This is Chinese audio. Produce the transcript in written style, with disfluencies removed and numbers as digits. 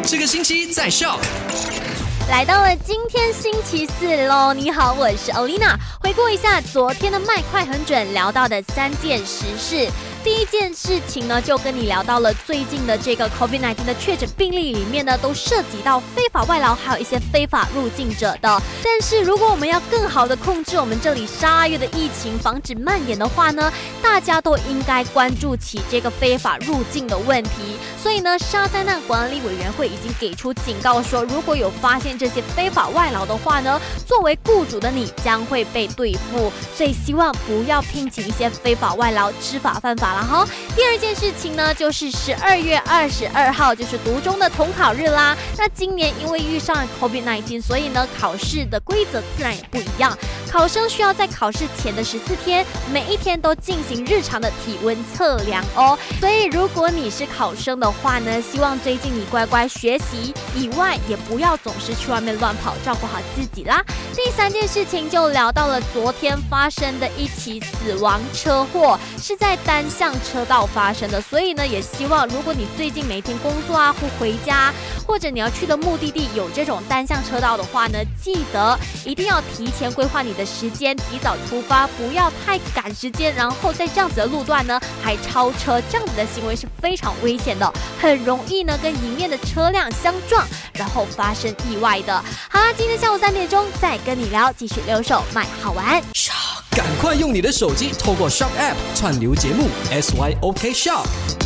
这个星期在 Shock。 来到了今天星期四咯，你好，我是 Olina。回顾一下昨天的麦快很准聊到的3件时事。第一件事情呢，就跟你聊到了最近的这个 COVID-19 的确诊病例里面呢，都涉及到非法外劳，还有一些非法入境者的。但是如果我们要更好的控制我们这里12月的疫情，防止蔓延的话呢，大家都应该关注起这个非法入境的问题。所以呢，沙灾难管理委员会已经给出警告说，如果有发现这些非法外劳的话呢，作为雇主的你将会被对付。所以希望不要聘请一些非法外劳，知法犯法了哈。第二件事情呢，就是12月22号，就是读中的统考日啦。那今年因为遇上 COVID-19， 所以呢，考试的规则自然也不一样。考生需要在考试前的14天，每一天都进行日常的体温测量哦。所以如果你是考生的话呢，希望最近你乖乖学习以外，也不要总是去外面乱跑，照顾好自己啦。第三件事情就聊到了昨天发生的一起死亡车祸，是在单向车道发生的。所以呢，也希望如果你最近每天工作啊或回家，或者你要去的目的地有这种单向车道的话呢，记得一定要提前规划你的时间，提早出发，不要太赶时间，然后在这样子的路段呢还超车，这样子的行为是非常危险的，很容易呢跟迎面的车辆相撞，然后发生意外的。好啦，今天下午3点钟再跟你聊，继续留守麦好玩。 赶快用你的手机透过 Shock App 串流节目 SYOK Shock。